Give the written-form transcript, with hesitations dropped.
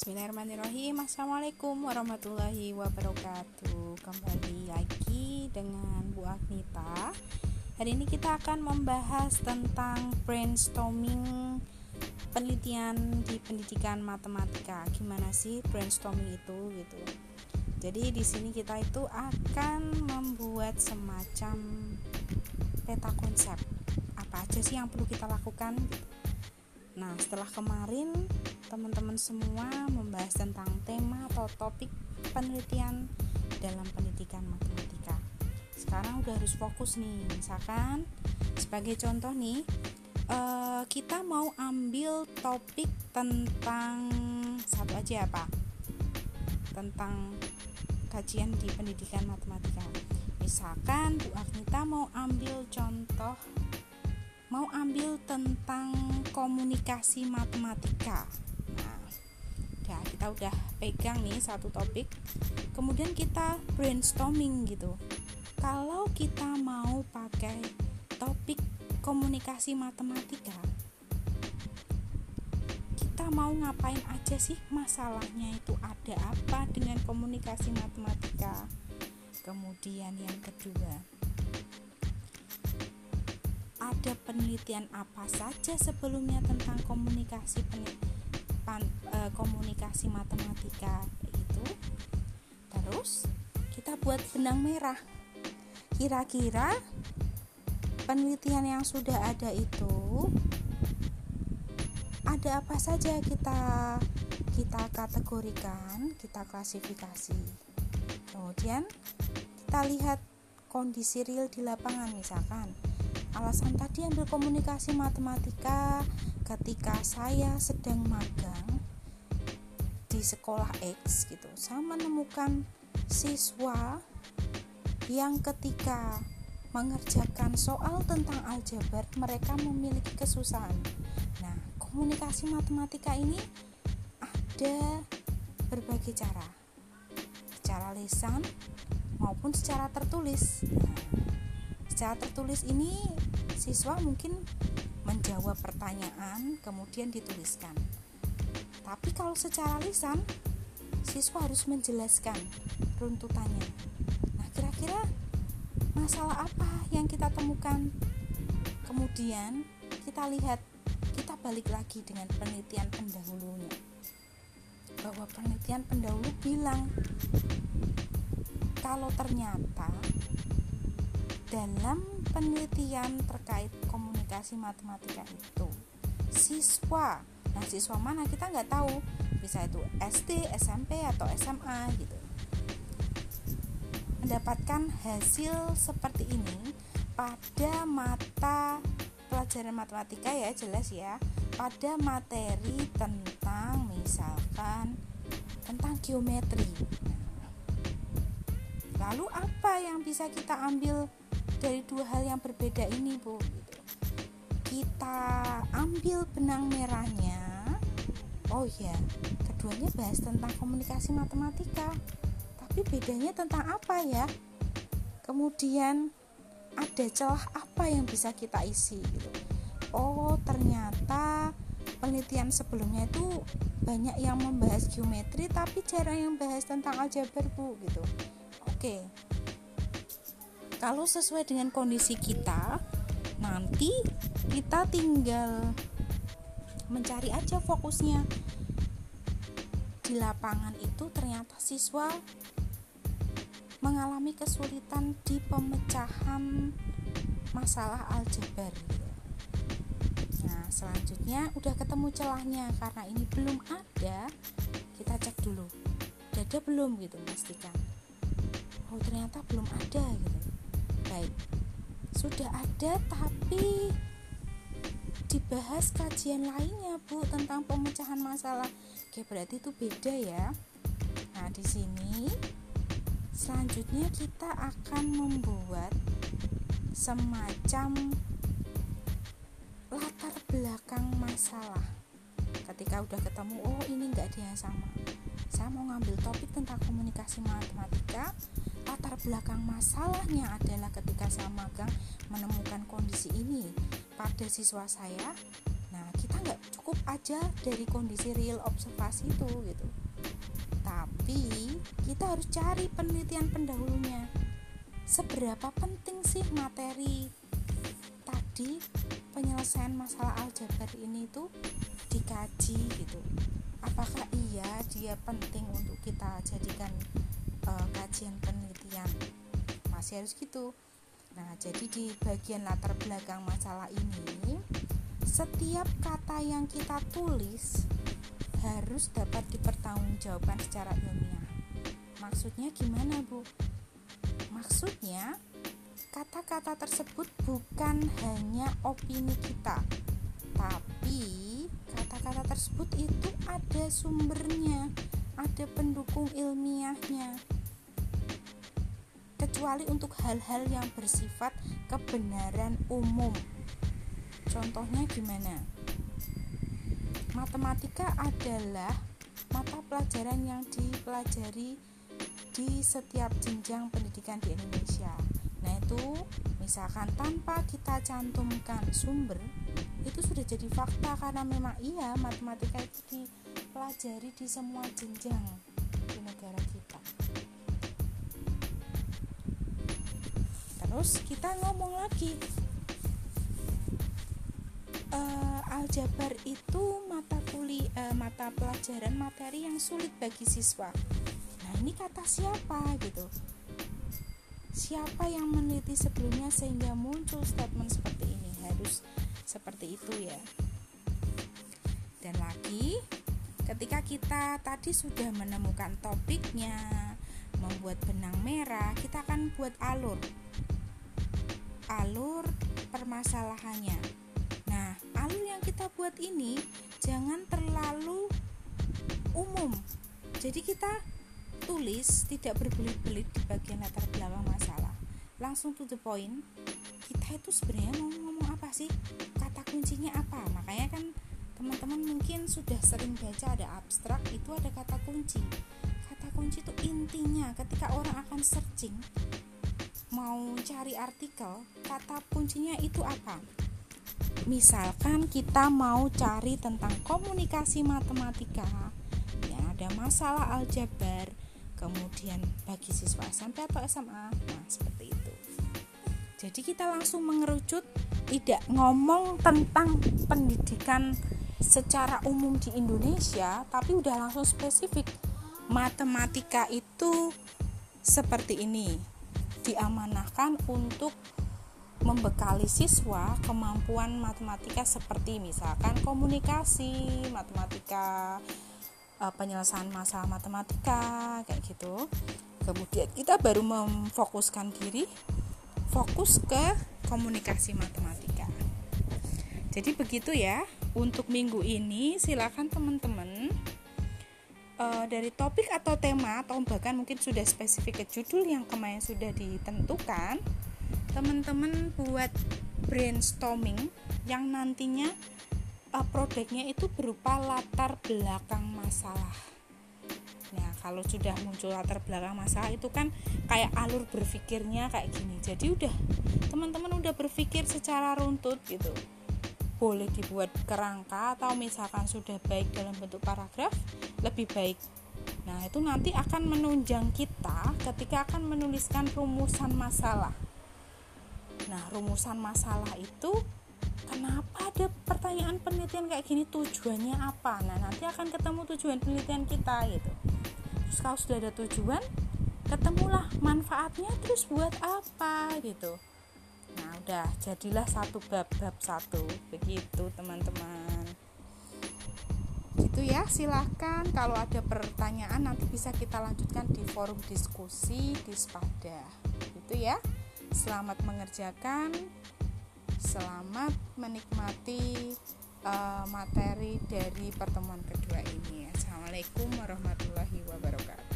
Bismillahirrahmanirrahim. Assalamualaikum warahmatullahi wabarakatuh. Kembali lagi dengan Bu Agnita. Hari ini kita akan membahas tentang brainstorming penelitian di pendidikan matematika. Gimana sih brainstorming itu gitu. Jadi di sini kita itu akan membuat semacam peta konsep. Apa aja sih yang perlu kita lakukan gitu. Nah, setelah kemarin teman-teman semua membahas tentang tema atau topik penelitian dalam pendidikan matematika. Sekarang udah harus fokus nih. Misalkan sebagai contoh nih, kita mau ambil topik tentang satu aja apa? Tentang kajian di pendidikan matematika. Misalkan Bu Agnita mau ambil tentang komunikasi matematika. Nah, kita udah pegang nih satu topik. Kemudian kita brainstorming gitu. Kalau kita mau pakai topik komunikasi matematika, kita mau ngapain aja sih? Masalahnya itu ada apa dengan komunikasi matematika? Kemudian yang kedua, ada penelitian apa saja sebelumnya tentang komunikasi matematika itu. Terus kita buat benang merah. Kira-kira penelitian yang sudah ada itu ada apa saja, kita kategorikan, kita klasifikasi. Kemudian kita lihat kondisi real di lapangan. Misalkan alasan tadi ambil komunikasi matematika ketika saya sedang magang di sekolah X gitu. Saya menemukan siswa yang ketika mengerjakan soal tentang aljabar mereka memiliki kesusahan. Nah, komunikasi matematika ini ada berbagai cara. Secara lisan maupun secara tertulis. Secara tertulis ini siswa mungkin menjawab pertanyaan kemudian dituliskan. Tapi kalau secara lisan siswa harus menjelaskan runtutannya. Nah, kira-kira masalah apa yang kita temukan? Kemudian kita balik lagi dengan penelitian pendahulunya. Bahwa penelitian pendahulu bilang kalau ternyata dalam penelitian terkait komunikasi matematika itu siswa mana kita nggak tahu, bisa itu SD, SMP atau SMA gitu, mendapatkan hasil seperti ini pada mata pelajaran matematika ya, jelas ya, pada materi tentang misalkan tentang geometri. Lalu apa yang bisa kita ambil dari dua hal yang berbeda ini, Bu? Kita ambil benang merahnya. Oh ya, keduanya bahas tentang komunikasi matematika. Tapi bedanya tentang apa ya? Kemudian ada celah apa yang bisa kita isi gitu. Oh, ternyata penelitian sebelumnya itu banyak yang membahas geometri tapi jarang yang bahas tentang aljabar, Bu, gitu. Oke. Kalau sesuai dengan kondisi kita, nanti kita tinggal mencari aja fokusnya. Di lapangan itu ternyata siswa mengalami kesulitan di pemecahan masalah aljabar. Nah, selanjutnya udah ketemu celahnya. Karena ini belum ada, kita cek dulu. Udah ada belum gitu, pastikan. Oh, ternyata belum ada gitu. Baik, sudah ada tapi dibahas kajian lainnya, Bu, tentang pemecahan masalah. Oke, berarti itu beda ya. Nah, di sini selanjutnya kita akan membuat semacam latar belakang masalah. Ketika udah ketemu, oh ini enggak ada yang sama. Saya mau ngambil topik tentang komunikasi matematika. Latar belakang masalahnya adalah ketika saya magang menemukan kondisi ini pada siswa saya. Nah, kita nggak cukup aja dari kondisi real observasi itu gitu, tapi kita harus cari penelitian pendahulunya. Seberapa penting sih materi tadi penyelesaian masalah aljabar ini tuh dikaji gitu. Apakah iya dia penting untuk kita jadikan kajian penelitian? Masih harus gitu. Nah, jadi di bagian latar belakang masalah ini, setiap kata yang kita tulis harus dapat dipertanggungjawabkan secara ilmiah. Maksudnya gimana, Bu? Maksudnya, kata-kata tersebut bukan hanya opini kita, tapi kata-kata tersebut itu ada sumbernya, ada pendukung ilmiahnya. Kecuali untuk hal-hal yang bersifat kebenaran umum. Contohnya gimana? Matematika adalah mata pelajaran yang dipelajari di setiap jenjang pendidikan di Indonesia. Nah, itu misalkan tanpa kita cantumkan sumber, itu sudah jadi fakta karena memang iya matematika itu dipelajari di semua jenjang di negara kita. Terus kita ngomong lagi, aljabar itu mata pelajaran materi yang sulit bagi siswa. Nah, ini kata siapa gitu? Siapa yang meneliti sebelumnya sehingga muncul statement seperti ini? Harus seperti itu ya. Dan lagi, ketika kita tadi sudah menemukan topiknya, membuat benang merah, kita akan buat alur permasalahannya. Nah, alur yang kita buat ini jangan terlalu umum. Jadi kita tulis tidak berbelit-belit di bagian latar belakang masalah. Langsung to the point. Kita itu sebenarnya mau ngomong apa sih? Kata kuncinya apa? Makanya kan teman-teman mungkin sudah sering baca ada abstrak, itu ada kata kunci. Kata kunci itu intinya ketika orang akan searching, mau cari artikel, kata kuncinya itu apa? Misalkan kita mau cari tentang komunikasi matematika, ya ada masalah aljabar, kemudian bagi siswa SMP atau SMA, nah seperti itu. Jadi kita langsung mengerucut, tidak ngomong tentang pendidikan secara umum di Indonesia, tapi udah langsung spesifik. Matematika itu seperti ini, diamanahkan untuk membekali siswa kemampuan matematika seperti misalkan komunikasi, matematika, penyelesaian masalah matematika, kayak gitu. Kemudian kita baru memfokuskan diri, fokus ke komunikasi matematika. Jadi begitu ya, untuk minggu ini silakan teman-teman dari topik atau tema, atau bahkan mungkin sudah spesifik ke judul yang kemarin sudah ditentukan, teman-teman buat brainstorming yang nantinya produknya itu berupa latar belakang masalah. Nah, kalau sudah muncul latar belakang masalah itu kan kayak alur berpikirnya kayak gini. Jadi teman-teman udah berpikir secara runtut gitu. Boleh dibuat kerangka atau misalkan sudah baik dalam bentuk paragraf, lebih baik. Nah, itu nanti akan menunjang kita ketika akan menuliskan rumusan masalah. Nah, rumusan masalah itu kenapa ada pertanyaan penelitian kayak gini, tujuannya apa? Nah, nanti akan ketemu tujuan penelitian kita gitu. Terus kalau sudah ada tujuan, ketemulah manfaatnya, terus buat apa gitu. Nah, udah jadilah satu bab satu. Begitu teman-teman. Gitu ya, silahkan kalau ada pertanyaan nanti bisa kita lanjutkan di forum diskusi di Spada. Gitu ya. Selamat mengerjakan, selamat menikmati materi dari pertemuan kedua ini. Assalamualaikum warahmatullahi wabarakatuh.